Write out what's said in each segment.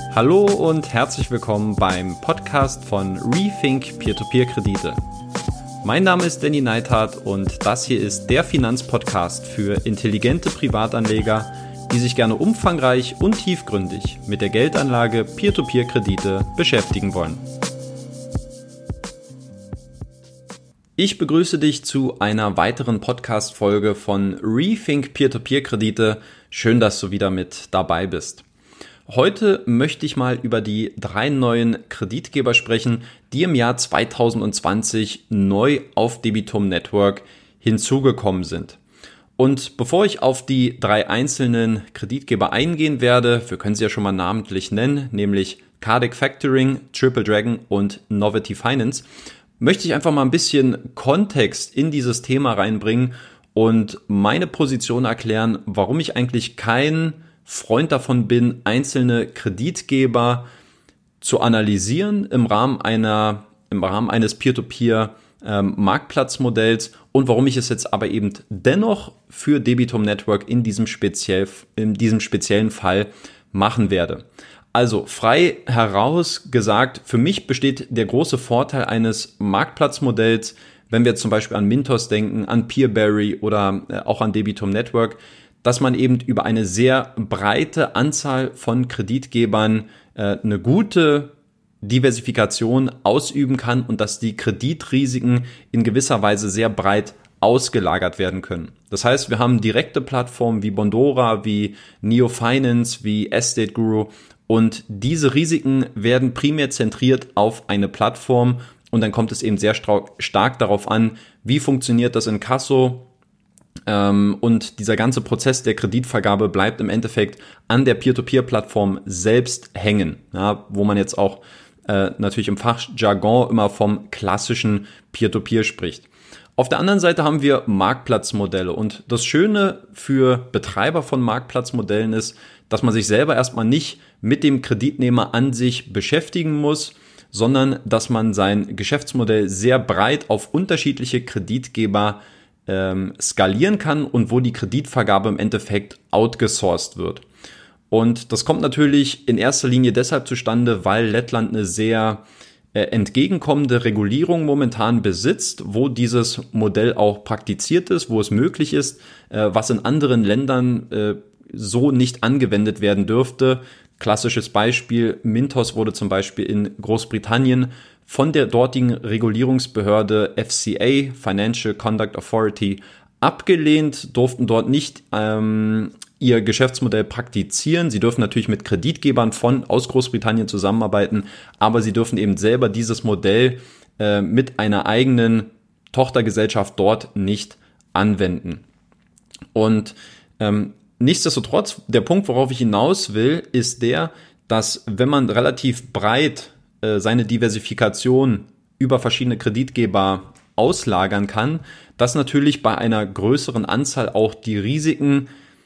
Hallo und herzlich willkommen beim Podcast von Rethink Peer-to-Peer-Kredite. Mein Name ist Danny Neithardt und das hier ist der Finanzpodcast für intelligente Privatanleger, die sich gerne umfangreich und tiefgründig mit der Geldanlage Peer-to-Peer-Kredite beschäftigen wollen. Ich begrüße dich zu einer weiteren Podcast-Folge von Rethink Peer-to-Peer-Kredite. Schön, dass du wieder mit dabei bist. Heute möchte ich mal über die 3 neuen Kreditgeber sprechen, die im Jahr 2020 neu auf Debitum Network hinzugekommen sind. Und bevor ich auf die 3 einzelnen Kreditgeber eingehen werde, wir können sie ja schon mal namentlich nennen, nämlich Cardec Factoring, Triple Dragon und Novity Finance, möchte ich einfach mal ein bisschen Kontext in dieses Thema reinbringen und meine Position erklären, warum ich eigentlich kein Freund davon bin, einzelne Kreditgeber zu analysieren im Rahmen eines Peer-to-Peer-Marktplatzmodells und warum ich es jetzt aber eben dennoch für Debitum Network in diesem speziellen Fall machen werde. Also frei heraus gesagt, für mich besteht der große Vorteil eines Marktplatzmodells, wenn wir zum Beispiel an Mintos denken, an Peerberry oder auch an Debitum Network, dass man eben über eine sehr breite Anzahl von Kreditgebern eine gute Diversifikation ausüben kann und dass die Kreditrisiken in gewisser Weise sehr breit ausgelagert werden können. Das heißt, wir haben direkte Plattformen wie Bondora, wie Neo Finance, wie Estate Guru und diese Risiken werden primär zentriert auf eine Plattform und dann kommt es eben sehr stark darauf an, wie funktioniert das Inkasso, und dieser ganze Prozess der Kreditvergabe bleibt im Endeffekt an der Peer-to-Peer-Plattform selbst hängen, ja, wo man jetzt auch natürlich im Fachjargon immer vom klassischen Peer-to-Peer spricht. Auf der anderen Seite haben wir Marktplatzmodelle und das Schöne für Betreiber von Marktplatzmodellen ist, dass man sich selber erstmal nicht mit dem Kreditnehmer an sich beschäftigen muss, sondern dass man sein Geschäftsmodell sehr breit auf unterschiedliche Kreditgeber skalieren kann und wo die Kreditvergabe im Endeffekt outgesourced wird. Und das kommt natürlich in erster Linie deshalb zustande, weil Lettland eine sehr entgegenkommende Regulierung momentan besitzt, wo dieses Modell auch praktiziert ist, wo es möglich ist, was in anderen Ländern so nicht angewendet werden dürfte. Klassisches Beispiel, Mintos wurde zum Beispiel in Großbritannien von der dortigen Regulierungsbehörde FCA, Financial Conduct Authority, abgelehnt, durften dort nicht ihr Geschäftsmodell praktizieren. Sie dürfen natürlich mit Kreditgebern aus Großbritannien zusammenarbeiten, aber sie dürfen eben selber dieses Modell mit einer eigenen Tochtergesellschaft dort nicht anwenden. Und nichtsdestotrotz, der Punkt, worauf ich hinaus will, ist der, dass wenn man relativ breit seine Diversifikation über verschiedene Kreditgeber auslagern kann, dass natürlich bei einer größeren Anzahl auch die Risiken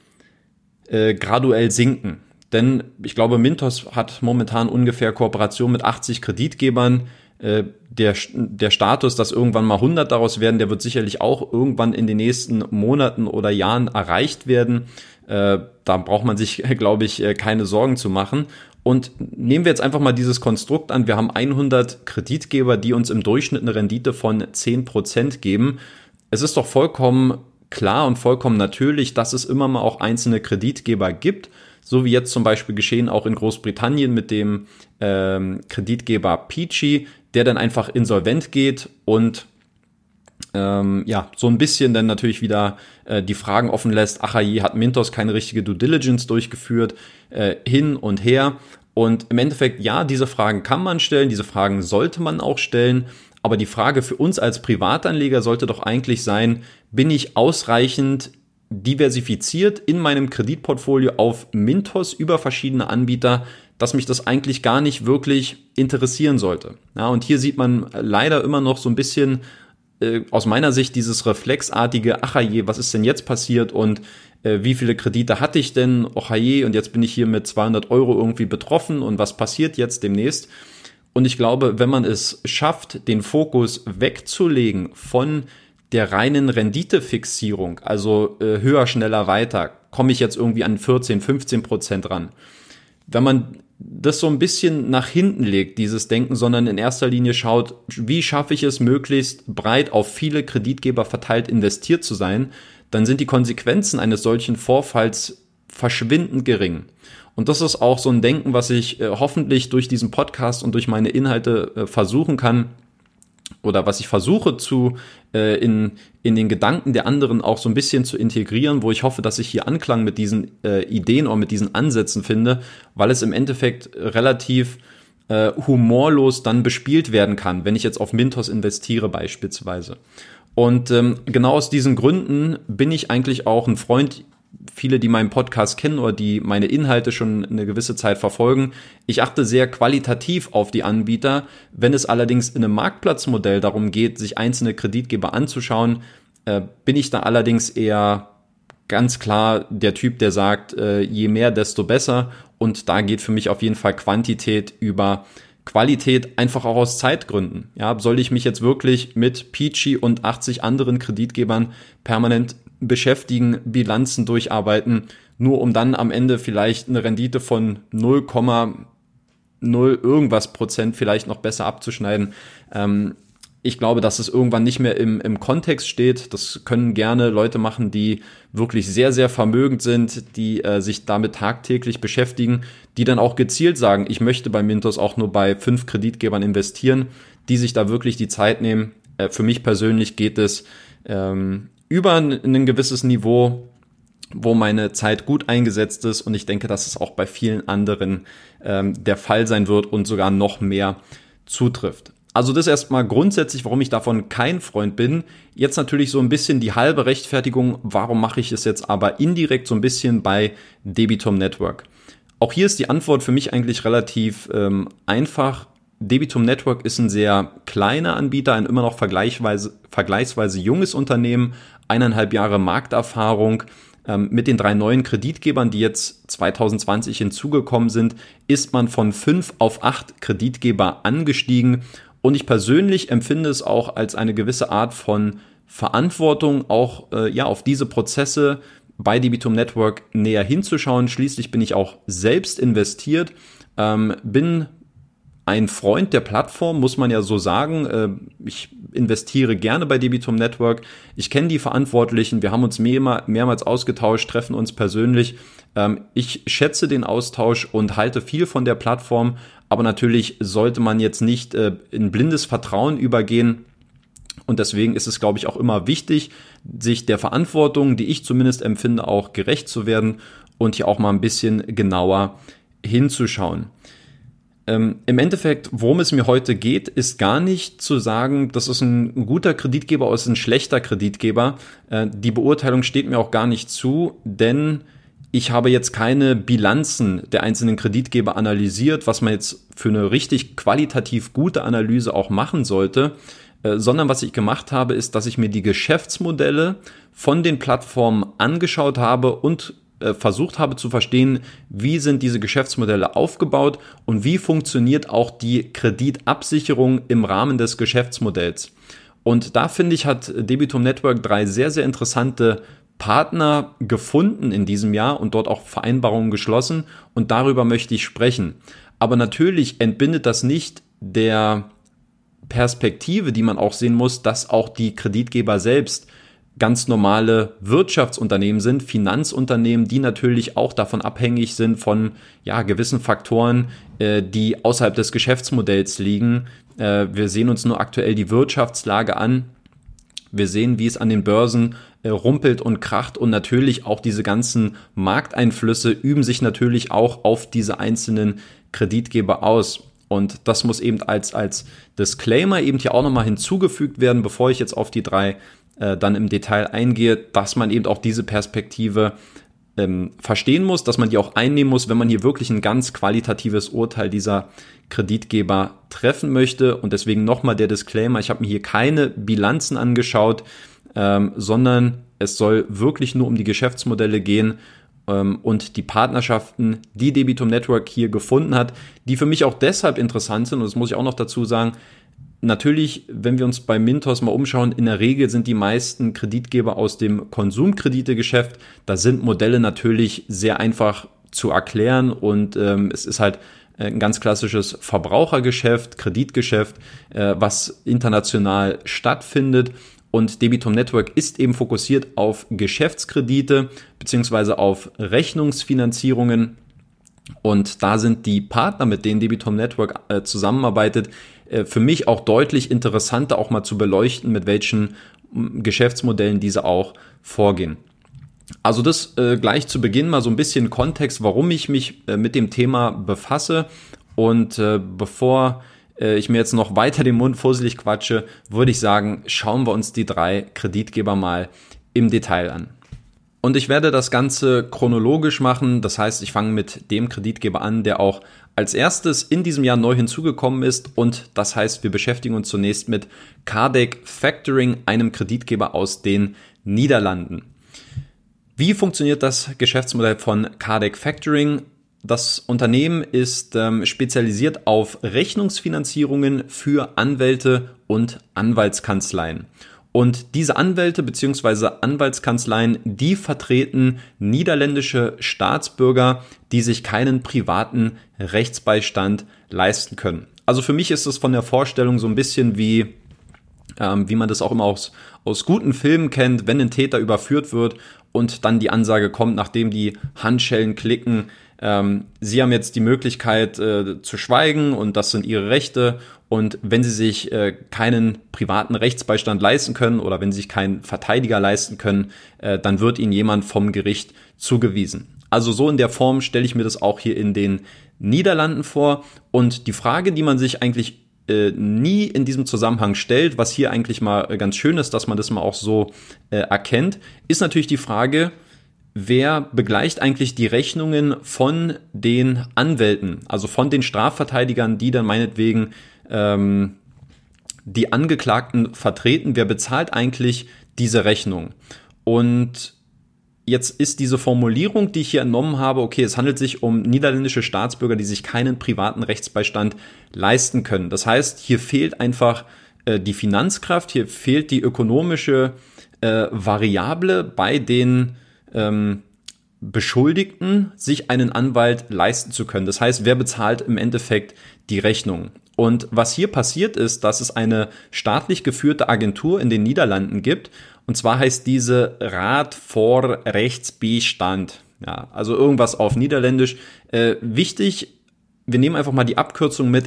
graduell sinken. Denn ich glaube, Mintos hat momentan ungefähr Kooperation mit 80 Kreditgebern. Der Status, dass irgendwann mal 100 daraus werden, der wird sicherlich auch irgendwann in den nächsten Monaten oder Jahren erreicht werden. Da braucht man sich, glaube ich, keine Sorgen zu machen. Und nehmen wir jetzt einfach mal dieses Konstrukt an. Wir haben 100 Kreditgeber, die uns im Durchschnitt eine Rendite von 10% geben. Es ist doch vollkommen klar und vollkommen natürlich, dass es immer mal auch einzelne Kreditgeber gibt, so wie jetzt zum Beispiel geschehen auch in Großbritannien mit dem Kreditgeber Peachy, der dann einfach insolvent geht und so ein bisschen dann natürlich wieder die Fragen offen lässt, ach je, hat Mintos keine richtige Due Diligence durchgeführt, hin und her. Und im Endeffekt, ja, diese Fragen kann man stellen, diese Fragen sollte man auch stellen, aber die Frage für uns als Privatanleger sollte doch eigentlich sein, bin ich ausreichend diversifiziert in meinem Kreditportfolio auf Mintos über verschiedene Anbieter, dass mich das eigentlich gar nicht wirklich interessieren sollte. Ja, und hier sieht man leider immer noch so ein bisschen aus meiner Sicht dieses reflexartige, ach je, was ist denn jetzt passiert und wie viele Kredite hatte ich denn, ach je, und jetzt bin ich hier mit 200 € irgendwie betroffen und was passiert jetzt demnächst? Und ich glaube, wenn man es schafft, den Fokus wegzulegen von der reinen Renditefixierung, also höher, schneller, weiter, komme ich jetzt irgendwie an 14, 15% ran. Wenn man das so ein bisschen nach hinten legt, dieses Denken, sondern in erster Linie schaut, wie schaffe ich es, möglichst breit auf viele Kreditgeber verteilt investiert zu sein, dann sind die Konsequenzen eines solchen Vorfalls verschwindend gering. Und das ist auch so ein Denken, was ich hoffentlich durch diesen Podcast und durch meine Inhalte versuchen kann, oder was ich versuche in den Gedanken der anderen auch so ein bisschen zu integrieren, wo ich hoffe, dass ich hier Anklang mit diesen Ideen oder mit diesen Ansätzen finde, weil es im Endeffekt relativ humorlos dann bespielt werden kann, wenn ich jetzt auf Mintos investiere beispielsweise. Und genau aus diesen Gründen bin ich eigentlich auch ein Freund. Viele, die meinen Podcast kennen oder die meine Inhalte schon eine gewisse Zeit verfolgen, ich achte sehr qualitativ auf die Anbieter. Wenn es allerdings in einem Marktplatzmodell darum geht, sich einzelne Kreditgeber anzuschauen, bin ich da allerdings eher ganz klar der Typ, der sagt, je mehr, desto besser. Und da geht für mich auf jeden Fall Quantität über Qualität, einfach auch aus Zeitgründen. Ja, soll ich mich jetzt wirklich mit Peachy und 80 anderen Kreditgebern permanent beschäftigen, Bilanzen durcharbeiten, nur um dann am Ende vielleicht eine Rendite von 0,0 irgendwas Prozent vielleicht noch besser abzuschneiden. Ich glaube, dass es irgendwann nicht mehr im Kontext steht. Das können gerne Leute machen, die wirklich sehr, sehr vermögend sind, die sich damit tagtäglich beschäftigen, die dann auch gezielt sagen, ich möchte bei Mintos auch nur bei 5 Kreditgebern investieren, die sich da wirklich die Zeit nehmen. Für mich persönlich geht es über ein gewisses Niveau, wo meine Zeit gut eingesetzt ist, und ich denke, dass es auch bei vielen anderen der Fall sein wird und sogar noch mehr zutrifft. Also das erstmal grundsätzlich, warum ich davon kein Freund bin. Jetzt natürlich so ein bisschen die halbe Rechtfertigung, warum mache ich es jetzt aber indirekt so ein bisschen bei Debitum Network. Auch hier ist die Antwort für mich eigentlich relativ einfach. Debitum Network ist ein sehr kleiner Anbieter, ein immer noch vergleichsweise junges Unternehmen, 1,5 Jahre Markterfahrung. Mit den 3 neuen Kreditgebern, die jetzt 2020 hinzugekommen sind, ist man von 5 auf 8 Kreditgeber angestiegen. Und ich persönlich empfinde es auch als eine gewisse Art von Verantwortung, auch auf diese Prozesse bei Debitum Network näher hinzuschauen. Schließlich bin ich auch selbst investiert, bin ein Freund der Plattform, muss man ja so sagen. Ich investiere gerne bei Debitum Network. Ich kenne die Verantwortlichen. Wir haben uns mehrmals ausgetauscht, treffen uns persönlich. Ich schätze den Austausch und halte viel von der Plattform. Aber natürlich sollte man jetzt nicht in blindes Vertrauen übergehen. Und deswegen ist es, glaube ich, auch immer wichtig, sich der Verantwortung, die ich zumindest empfinde, auch gerecht zu werden und hier auch mal ein bisschen genauer hinzuschauen. Im Endeffekt, worum es mir heute geht, ist gar nicht zu sagen, das ist ein guter Kreditgeber oder ist ein schlechter Kreditgeber. Die Beurteilung steht mir auch gar nicht zu, denn ich habe jetzt keine Bilanzen der einzelnen Kreditgeber analysiert, was man jetzt für eine richtig qualitativ gute Analyse auch machen sollte, sondern was ich gemacht habe, ist, dass ich mir die Geschäftsmodelle von den Plattformen angeschaut habe und versucht habe zu verstehen, wie sind diese Geschäftsmodelle aufgebaut und wie funktioniert auch die Kreditabsicherung im Rahmen des Geschäftsmodells. Und da finde ich, hat Debitum Network 3 sehr, sehr interessante Partner gefunden in diesem Jahr und dort auch Vereinbarungen geschlossen, und darüber möchte ich sprechen. Aber natürlich entbindet das nicht der Perspektive, die man auch sehen muss, dass auch die Kreditgeber selbst ganz normale Wirtschaftsunternehmen sind, Finanzunternehmen, die natürlich auch davon abhängig sind von gewissen Faktoren, die außerhalb des Geschäftsmodells liegen. Wir sehen uns nur aktuell die Wirtschaftslage an. Wir sehen, wie es an den Börsen rumpelt und kracht, und natürlich auch diese ganzen Markteinflüsse üben sich natürlich auch auf diese einzelnen Kreditgeber aus. Und das muss eben als Disclaimer eben hier auch nochmal hinzugefügt werden, bevor ich jetzt auf die 3 dann im Detail eingehe, dass man eben auch diese Perspektive verstehen muss, dass man die auch einnehmen muss, wenn man hier wirklich ein ganz qualitatives Urteil dieser Kreditgeber treffen möchte. Und deswegen nochmal der Disclaimer, ich habe mir hier keine Bilanzen angeschaut, sondern es soll wirklich nur um die Geschäftsmodelle gehen und die Partnerschaften, die Debitum Network hier gefunden hat, die für mich auch deshalb interessant sind, und das muss ich auch noch dazu sagen. Natürlich, wenn wir uns bei Mintos mal umschauen, in der Regel sind die meisten Kreditgeber aus dem Konsumkreditegeschäft. Da sind Modelle natürlich sehr einfach zu erklären und es ist halt ein ganz klassisches Verbrauchergeschäft, Kreditgeschäft, was international stattfindet. Und Debitum Network ist eben fokussiert auf Geschäftskredite beziehungsweise auf Rechnungsfinanzierungen. Und da sind die Partner, mit denen Debitum Network zusammenarbeitet, für mich auch deutlich interessanter, auch mal zu beleuchten, mit welchen Geschäftsmodellen diese auch vorgehen. Also das gleich zu Beginn mal so ein bisschen Kontext, warum ich mich mit dem Thema befasse. Und bevor ich mir jetzt noch weiter den Mund fusselig quatsche, würde ich sagen, schauen wir uns die 3 Kreditgeber mal im Detail an. Und ich werde das Ganze chronologisch machen. Das heißt, ich fange mit dem Kreditgeber an, der auch als erstes in diesem Jahr neu hinzugekommen ist. Und das heißt, wir beschäftigen uns zunächst mit Cardec Factoring, einem Kreditgeber aus den Niederlanden. Wie funktioniert das Geschäftsmodell von Cardec Factoring? Das Unternehmen ist spezialisiert auf Rechnungsfinanzierungen für Anwälte und Anwaltskanzleien. Und diese Anwälte bzw. Anwaltskanzleien, die vertreten niederländische Staatsbürger, die sich keinen privaten Rechtsbeistand leisten können. Also für mich ist es von der Vorstellung so ein bisschen wie man das auch immer aus guten Filmen kennt, wenn ein Täter überführt wird und dann die Ansage kommt, nachdem die Handschellen klicken, Sie haben jetzt die Möglichkeit zu schweigen und das sind Ihre Rechte. Und wenn Sie sich keinen privaten Rechtsbeistand leisten können oder wenn Sie sich keinen Verteidiger leisten können, dann wird Ihnen jemand vom Gericht zugewiesen. Also so in der Form stelle ich mir das auch hier in den Niederlanden vor. Und die Frage, die man sich eigentlich nie in diesem Zusammenhang stellt, was hier eigentlich mal ganz schön ist, dass man das mal auch so erkennt, ist natürlich die Frage, wer begleicht eigentlich die Rechnungen von den Anwälten, also von den Strafverteidigern, die dann meinetwegen die Angeklagten vertreten, wer bezahlt eigentlich diese Rechnung? Und jetzt ist diese Formulierung, die ich hier entnommen habe, okay, es handelt sich um niederländische Staatsbürger, die sich keinen privaten Rechtsbeistand leisten können. Das heißt, hier fehlt einfach die Finanzkraft, hier fehlt die ökonomische Variable bei den Beschuldigten, sich einen Anwalt leisten zu können. Das heißt, wer bezahlt im Endeffekt die Rechnung? Und was hier passiert ist, dass es eine staatlich geführte Agentur in den Niederlanden gibt. Und zwar heißt diese Raad voor Rechtsbijstand. Ja, also irgendwas auf Niederländisch. Wichtig, wir nehmen einfach mal die Abkürzung mit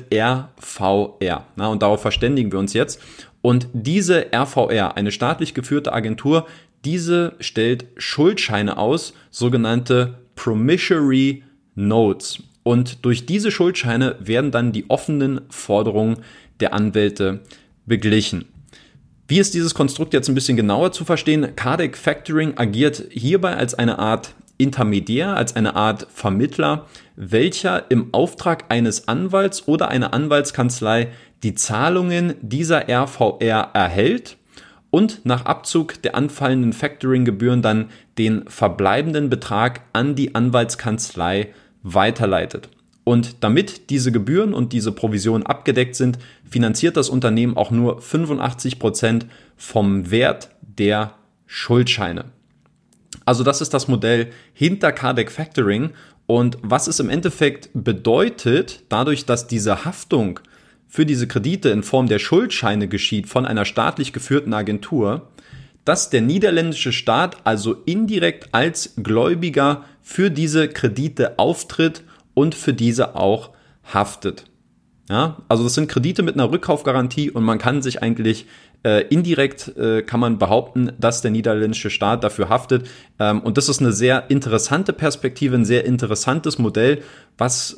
RVR. Na, und darauf verständigen wir uns jetzt. Und diese RVR, eine staatlich geführte Agentur, diese stellt Schuldscheine aus, sogenannte Promissory Notes. Und durch diese Schuldscheine werden dann die offenen Forderungen der Anwälte beglichen. Wie ist dieses Konstrukt jetzt ein bisschen genauer zu verstehen? Cardec Factoring agiert hierbei als eine Art Intermediär, als eine Art Vermittler, welcher im Auftrag eines Anwalts oder einer Anwaltskanzlei die Zahlungen dieser RVR erhält und nach Abzug der anfallenden Factoring-Gebühren dann den verbleibenden Betrag an die Anwaltskanzlei weiterleitet. Und damit diese Gebühren und diese Provisionen abgedeckt sind, finanziert das Unternehmen auch nur 85% vom Wert der Schuldscheine. Also das ist das Modell hinter Cardec Factoring. Und was es im Endeffekt bedeutet, dadurch, dass diese Haftung für diese Kredite in Form der Schuldscheine geschieht von einer staatlich geführten Agentur, dass der niederländische Staat also indirekt als Gläubiger für diese Kredite auftritt und für diese auch haftet. Ja, also das sind Kredite mit einer Rückkaufgarantie und man kann sich eigentlich indirekt kann man behaupten, dass der niederländische Staat dafür haftet. Und das ist eine sehr interessante Perspektive, ein sehr interessantes Modell, was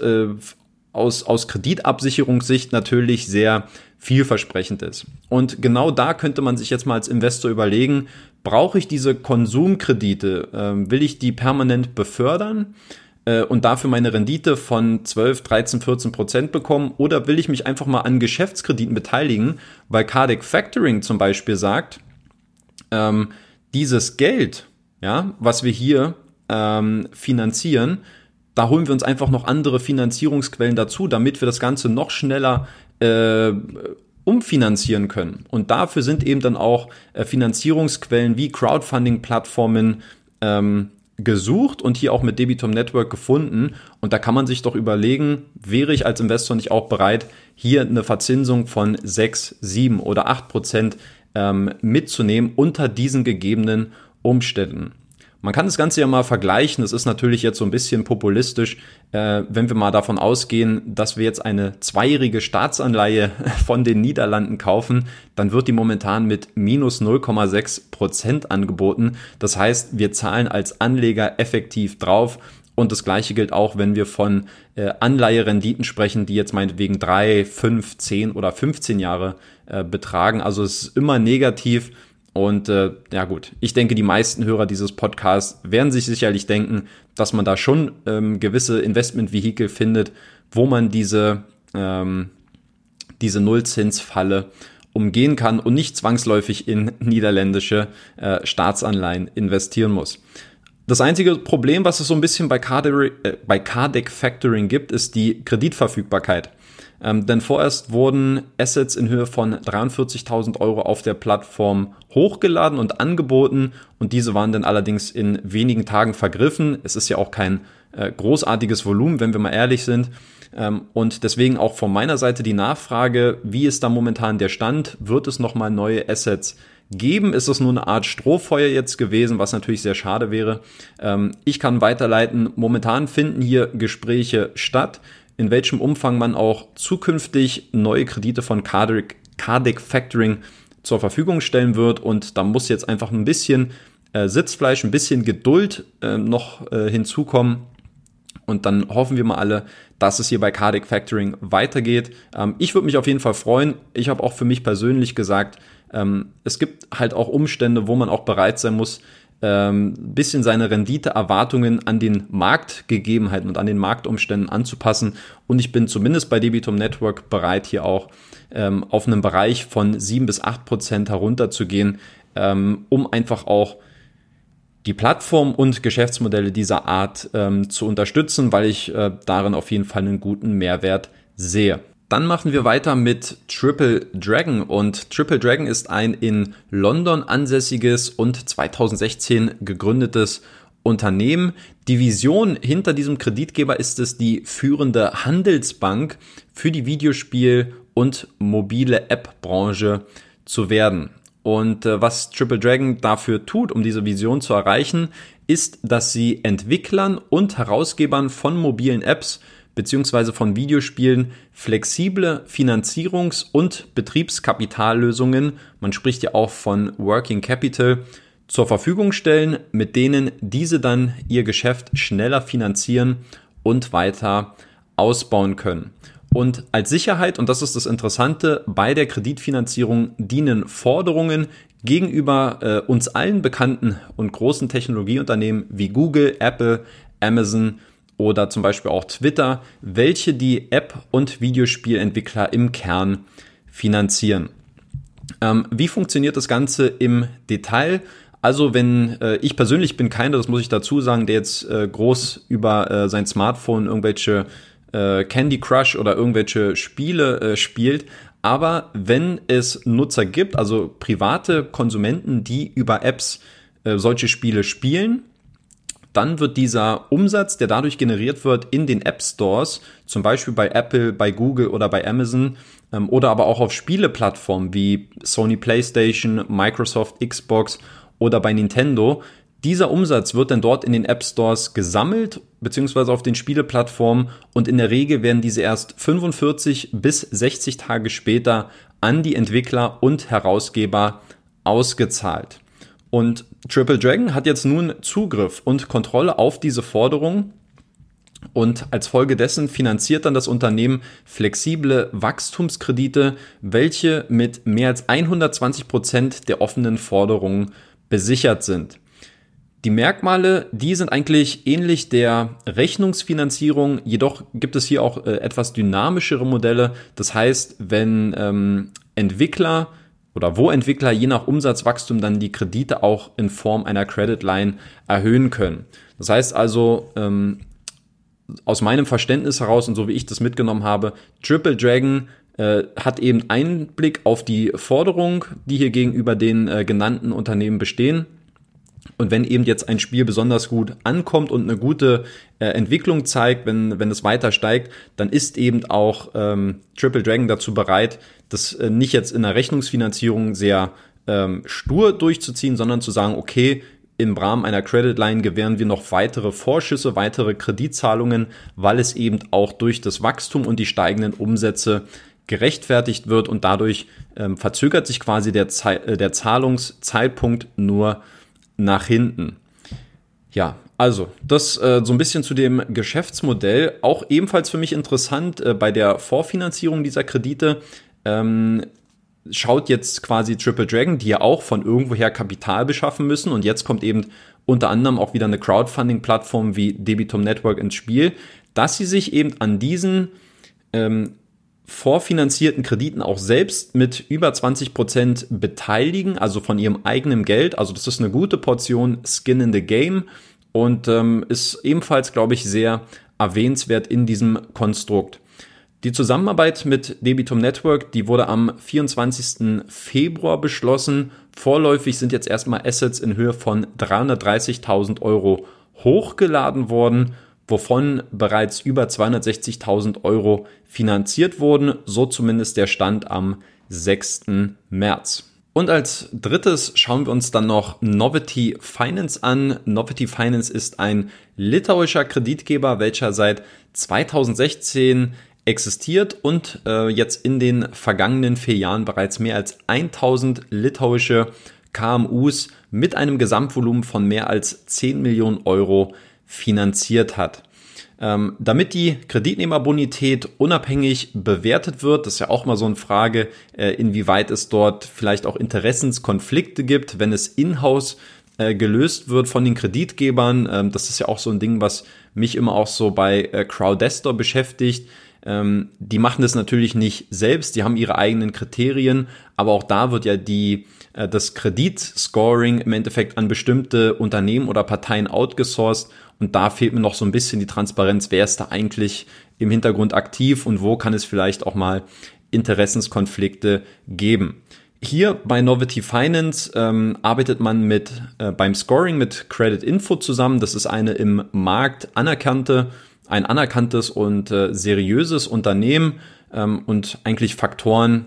aus Kreditabsicherungssicht natürlich sehr vielversprechend ist. Und genau da könnte man sich jetzt mal als Investor überlegen, brauche ich diese Konsumkredite? Will ich die permanent befördern und dafür meine Rendite von 12, 13, 14% bekommen? Oder will ich mich einfach mal an Geschäftskrediten beteiligen? Weil Cardec Factoring zum Beispiel sagt, dieses Geld, ja, was wir hier finanzieren, da holen wir uns einfach noch andere Finanzierungsquellen dazu, damit wir das Ganze noch schneller umfinanzieren können. Und dafür sind eben dann auch Finanzierungsquellen wie Crowdfunding-Plattformen gesucht und hier auch mit Debitum Network gefunden. Und da kann man sich doch überlegen, wäre ich als Investor nicht auch bereit, hier eine Verzinsung von 6, 7 oder 8% mitzunehmen unter diesen gegebenen Umständen. Man kann das Ganze ja mal vergleichen. Das ist natürlich jetzt so ein bisschen populistisch, wenn wir mal davon ausgehen, dass wir jetzt eine 2-jährige Staatsanleihe von den Niederlanden kaufen, dann wird die momentan mit minus 0,6% angeboten. Das heißt, wir zahlen als Anleger effektiv drauf. Und das Gleiche gilt auch, wenn wir von Anleiherenditen sprechen, die jetzt meinetwegen 3, 5, 10 oder 15 Jahre betragen. Also es ist immer negativ. Und ja gut, ich denke, die meisten Hörer dieses Podcasts werden sich sicherlich denken, dass man da schon gewisse Investmentvehikel findet, wo man diese Nullzinsfalle umgehen kann und nicht zwangsläufig in niederländische Staatsanleihen investieren muss. Das einzige Problem, was es so ein bisschen bei Cardec Factoring gibt, ist die Kreditverfügbarkeit. Denn vorerst wurden Assets in Höhe von 43.000 € auf der Plattform hochgeladen und angeboten und diese waren dann allerdings in wenigen Tagen vergriffen. Es ist ja auch kein großartiges Volumen, wenn wir mal ehrlich sind. Und deswegen auch von meiner Seite die Nachfrage, wie ist da momentan der Stand? Wird es nochmal neue Assets geben? Ist es nur eine Art Strohfeuer jetzt gewesen, was natürlich sehr schade wäre. Ich kann weiterleiten, momentan finden hier Gespräche statt, in welchem Umfang man auch zukünftig neue Kredite von Cardec Factoring zur Verfügung stellen wird. Und da muss jetzt einfach ein bisschen Sitzfleisch, ein bisschen Geduld noch hinzukommen. Und dann hoffen wir mal alle, dass es hier bei Cardec Factoring weitergeht. Ich würde mich auf jeden Fall freuen. Ich habe auch für mich persönlich gesagt, es gibt halt auch Umstände, wo man auch bereit sein muss, ein bisschen seine Renditeerwartungen an den Marktgegebenheiten und an den Marktumständen anzupassen. Und ich bin zumindest bei Debitum Network bereit, hier auch auf einen Bereich von 7 bis 8% herunterzugehen, um einfach auch die Plattform und Geschäftsmodelle dieser Art zu unterstützen, weil ich darin auf jeden Fall einen guten Mehrwert sehe. Dann machen wir weiter mit Triple Dragon und Triple Dragon ist ein in London ansässiges und 2016 gegründetes Unternehmen. Die Vision hinter diesem Kreditgeber ist es, die führende Handelsbank für die Videospiel- und mobile App-Branche zu werden. Und was Triple Dragon dafür tut, um diese Vision zu erreichen, ist, dass sie Entwicklern und Herausgebern von mobilen Apps beziehungsweise von Videospielen flexible Finanzierungs- und Betriebskapitallösungen, man spricht ja auch von Working Capital, zur Verfügung stellen, mit denen diese dann ihr Geschäft schneller finanzieren und weiter ausbauen können. Und als Sicherheit, und das ist das Interessante, bei der Kreditfinanzierung dienen Forderungen gegenüber uns allen bekannten und großen Technologieunternehmen wie Google, Apple, Amazon oder zum Beispiel auch Twitter, welche die App- und Videospielentwickler im Kern finanzieren. Wie funktioniert das Ganze im Detail? Also wenn ich persönlich bin keiner, das muss ich dazu sagen, der jetzt groß über sein Smartphone irgendwelche Candy Crush oder irgendwelche Spiele spielt, aber wenn es Nutzer gibt, also private Konsumenten, die über Apps solche Spiele spielen, dann wird dieser Umsatz, der dadurch generiert wird, in den App Stores, zum Beispiel bei Apple, bei Google oder bei Amazon oder aber auch auf Spieleplattformen wie Sony PlayStation, Microsoft, Xbox oder bei Nintendo. Dieser Umsatz wird dann dort in den App Stores gesammelt, beziehungsweise auf den Spieleplattformen und in der Regel werden diese erst 45 bis 60 Tage später an die Entwickler und Herausgeber ausgezahlt. Und Triple Dragon hat jetzt nun Zugriff und Kontrolle auf diese Forderung und als Folge dessen finanziert dann das Unternehmen flexible Wachstumskredite, welche mit mehr als 120% der offenen Forderungen besichert sind. Die Merkmale, die sind eigentlich ähnlich der Rechnungsfinanzierung, jedoch gibt es hier auch etwas dynamischere Modelle. Das heißt, wenn Entwickler oder wo Entwickler je nach Umsatzwachstum dann die Kredite auch in Form einer Credit Line erhöhen können. Das heißt also, aus meinem Verständnis heraus und so wie ich das mitgenommen habe, Triple Dragon hat eben Einblick auf die Forderung, die hier gegenüber den genannten Unternehmen bestehen Und wenn eben jetzt ein Spiel besonders gut ankommt und eine gute Entwicklung zeigt, wenn es weiter steigt, dann ist eben auch Triple Dragon dazu bereit, das nicht jetzt in der Rechnungsfinanzierung sehr stur durchzuziehen, sondern zu sagen, okay, im Rahmen einer Credit Line gewähren wir noch weitere Vorschüsse, weitere Kreditzahlungen, weil es eben auch durch das Wachstum und die steigenden Umsätze gerechtfertigt wird und dadurch verzögert sich quasi der Zahlungszeitpunkt nur nach hinten. Ja, also das so ein bisschen zu dem Geschäftsmodell. Auch ebenfalls für mich interessant bei der Vorfinanzierung dieser Kredite schaut jetzt quasi Triple Dragon, die ja auch von irgendwoher Kapital beschaffen müssen, und jetzt kommt eben unter anderem auch wieder eine Crowdfunding-Plattform wie Debitum Network ins Spiel, dass sie sich eben an diesen vorfinanzierten Krediten auch selbst mit über 20% beteiligen, also von ihrem eigenen Geld. Also das ist eine gute Portion Skin in the Game und ist ebenfalls, glaube ich, sehr erwähnenswert in diesem Konstrukt. Die Zusammenarbeit mit Debitum Network, die wurde am 24. Februar beschlossen. Vorläufig sind jetzt erstmal Assets in Höhe von 330.000 Euro hochgeladen worden, wovon bereits über 260.000 Euro finanziert wurden, so zumindest der Stand am 6. März. Und als drittes schauen wir uns dann noch Novity Finance an. Novity Finance ist ein litauischer Kreditgeber, welcher seit 2016 existiert und jetzt in den vergangenen 4 Jahren bereits mehr als 1000 litauische KMUs mit einem Gesamtvolumen von mehr als 10 Millionen Euro finanziert hat. Damit die Kreditnehmerbonität unabhängig bewertet wird, das ist ja auch mal so eine Frage, inwieweit es dort vielleicht auch Interessenskonflikte gibt, wenn es in-house gelöst wird von den Kreditgebern. Das ist ja auch so ein Ding, was mich immer auch so bei Crowdestor beschäftigt. Die machen das natürlich nicht selbst, die haben ihre eigenen Kriterien, aber auch da wird ja das Kreditscoring im Endeffekt an bestimmte Unternehmen oder Parteien outgesourced, und da fehlt mir noch so ein bisschen die Transparenz, wer ist da eigentlich im Hintergrund aktiv und wo kann es vielleicht auch mal Interessenskonflikte geben. Hier bei Novity Finance arbeitet man beim Scoring mit Credit Info zusammen. Das ist eine im Markt ein anerkanntes und seriöses Unternehmen und eigentlich Faktoren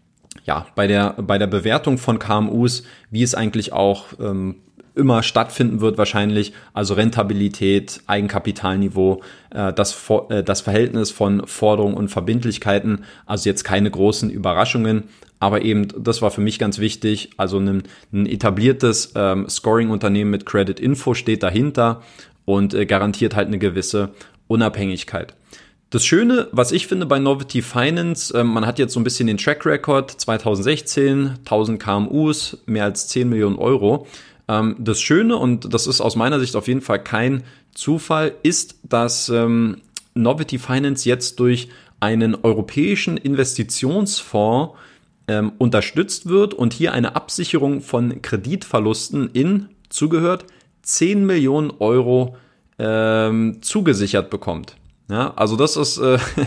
bei der Bewertung von KMUs, wie es eigentlich auch immer stattfinden wird wahrscheinlich, also Rentabilität, Eigenkapitalniveau, das Verhältnis von Forderungen und Verbindlichkeiten, also jetzt keine großen Überraschungen, aber eben, das war für mich ganz wichtig, also ein etabliertes Scoring-Unternehmen mit Credit Info steht dahinter und garantiert halt eine gewisse Unabhängigkeit. Das Schöne, was ich finde bei Novity Finance, man hat jetzt so ein bisschen den Track Record 2016, 1000 KMUs, mehr als 10 Millionen Euro. Das Schöne, und das ist aus meiner Sicht auf jeden Fall kein Zufall, ist, dass Novity Finance jetzt durch einen europäischen Investitionsfonds unterstützt wird und hier eine Absicherung von Kreditverlusten in, zugehört, 10 Millionen Euro zugesichert bekommt. Ja, also das ist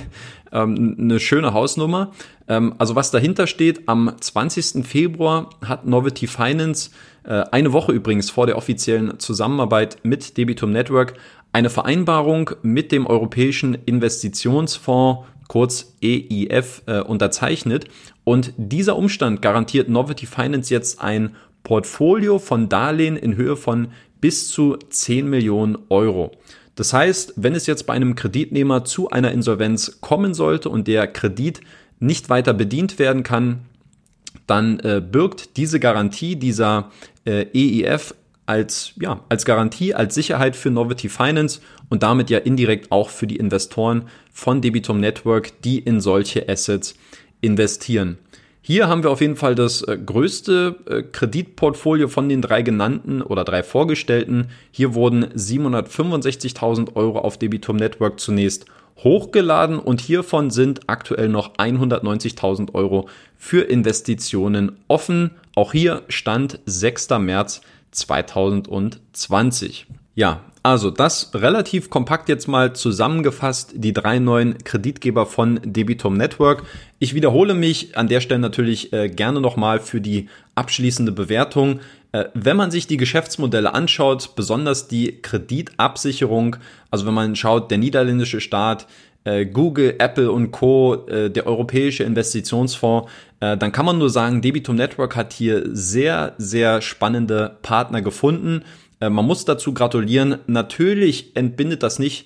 eine schöne Hausnummer. Also was dahinter steht, am 20. Februar hat Novity Finance, eine Woche übrigens vor der offiziellen Zusammenarbeit mit Debitum Network, eine Vereinbarung mit dem Europäischen Investitionsfonds, kurz EIF, unterzeichnet. Und dieser Umstand garantiert Novity Finance jetzt ein Portfolio von Darlehen in Höhe von bis zu 10 Millionen Euro. Das heißt, wenn es jetzt bei einem Kreditnehmer zu einer Insolvenz kommen sollte und der Kredit nicht weiter bedient werden kann, dann birgt diese Garantie, dieser EIF als Garantie, als Sicherheit für Novity Finance und damit ja indirekt auch für die Investoren von Debitum Network, die in solche Assets investieren. Hier haben wir auf jeden Fall das größte Kreditportfolio von den 3 genannten oder 3 vorgestellten. Hier wurden 765.000 Euro auf Debitum Network zunächst hochgeladen und hiervon sind aktuell noch 190.000 Euro für Investitionen offen. Auch hier Stand 6. März 2020. Ja, also das relativ kompakt jetzt mal zusammengefasst, die 3 neuen Kreditgeber von Debitum Network. Ich wiederhole mich an der Stelle natürlich gerne nochmal für die abschließende Bewertung. Wenn man sich die Geschäftsmodelle anschaut, besonders die Kreditabsicherung, also wenn man schaut, der niederländische Staat, Google, Apple und Co., der Europäische Investitionsfonds, dann kann man nur sagen, Debitum Network hat hier sehr, sehr spannende Partner gefunden. Man muss dazu gratulieren. Natürlich entbindet das nicht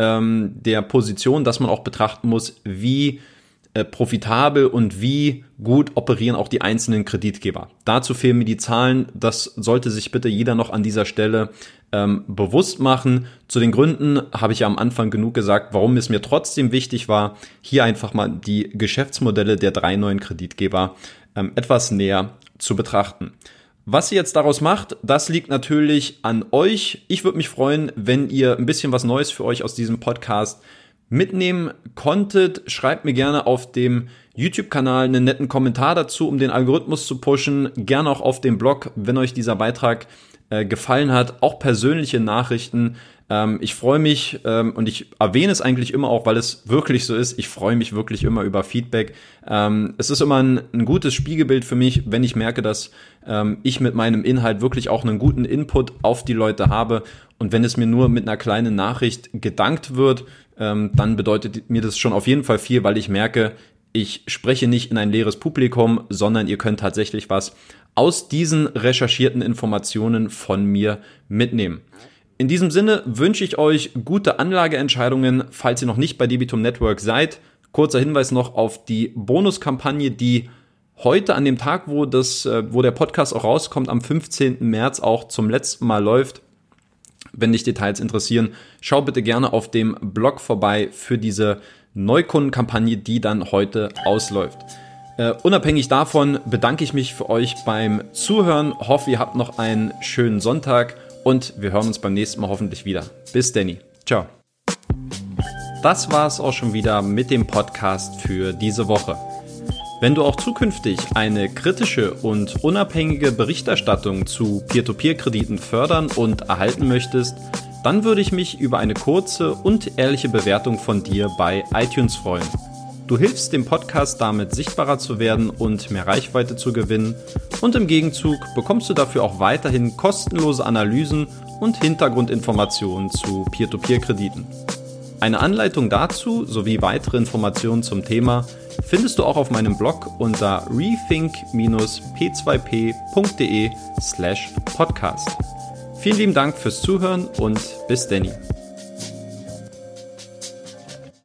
der Position, dass man auch betrachten muss, wie profitabel und wie gut operieren auch die einzelnen Kreditgeber. Dazu fehlen mir die Zahlen. Das sollte sich bitte jeder noch an dieser Stelle bewusst machen. Zu den Gründen habe ich ja am Anfang genug gesagt, warum es mir trotzdem wichtig war, hier einfach mal die Geschäftsmodelle der 3 neuen Kreditgeber etwas näher zu betrachten. Was ihr jetzt daraus macht, das liegt natürlich an euch. Ich würde mich freuen, wenn ihr ein bisschen was Neues für euch aus diesem Podcast mitnehmen konntet. Schreibt mir gerne auf dem YouTube-Kanal einen netten Kommentar dazu, um den Algorithmus zu pushen. Gerne auch auf dem Blog, wenn euch dieser Beitrag gefallen hat. Auch persönliche Nachrichten. Ich freue mich und ich erwähne es eigentlich immer auch, weil es wirklich so ist. Ich freue mich wirklich immer über Feedback. Es ist immer ein gutes Spiegelbild für mich, wenn ich merke, dass ich mit meinem Inhalt wirklich auch einen guten Input auf die Leute habe. Und wenn es mir nur mit einer kleinen Nachricht gedankt wird, dann bedeutet mir das schon auf jeden Fall viel, weil ich merke, ich spreche nicht in ein leeres Publikum, sondern ihr könnt tatsächlich was aus diesen recherchierten Informationen von mir mitnehmen. In diesem Sinne wünsche ich euch gute Anlageentscheidungen, falls ihr noch nicht bei Debitum Network seid. Kurzer Hinweis noch auf die Bonuskampagne, die heute an dem Tag, wo der Podcast auch rauskommt, am 15. März auch zum letzten Mal läuft. Wenn dich Details interessieren, schau bitte gerne auf dem Blog vorbei für diese Neukundenkampagne, die dann heute ausläuft. Unabhängig davon bedanke ich mich für euch beim Zuhören. Hoffe, ihr habt noch einen schönen Sonntag und wir hören uns beim nächsten Mal hoffentlich wieder. Bis Danny. Ciao. Das war's auch schon wieder mit dem Podcast für diese Woche. Wenn du auch zukünftig eine kritische und unabhängige Berichterstattung zu Peer-to-Peer-Krediten fördern und erhalten möchtest, dann würde ich mich über eine kurze und ehrliche Bewertung von dir bei iTunes freuen. Du hilfst dem Podcast damit sichtbarer zu werden und mehr Reichweite zu gewinnen und im Gegenzug bekommst du dafür auch weiterhin kostenlose Analysen und Hintergrundinformationen zu Peer-to-Peer-Krediten. Eine Anleitung dazu sowie weitere Informationen zum Thema findest du auch auf meinem Blog unter rethink-p2p.de/podcast. Vielen lieben Dank fürs Zuhören und bis Danny.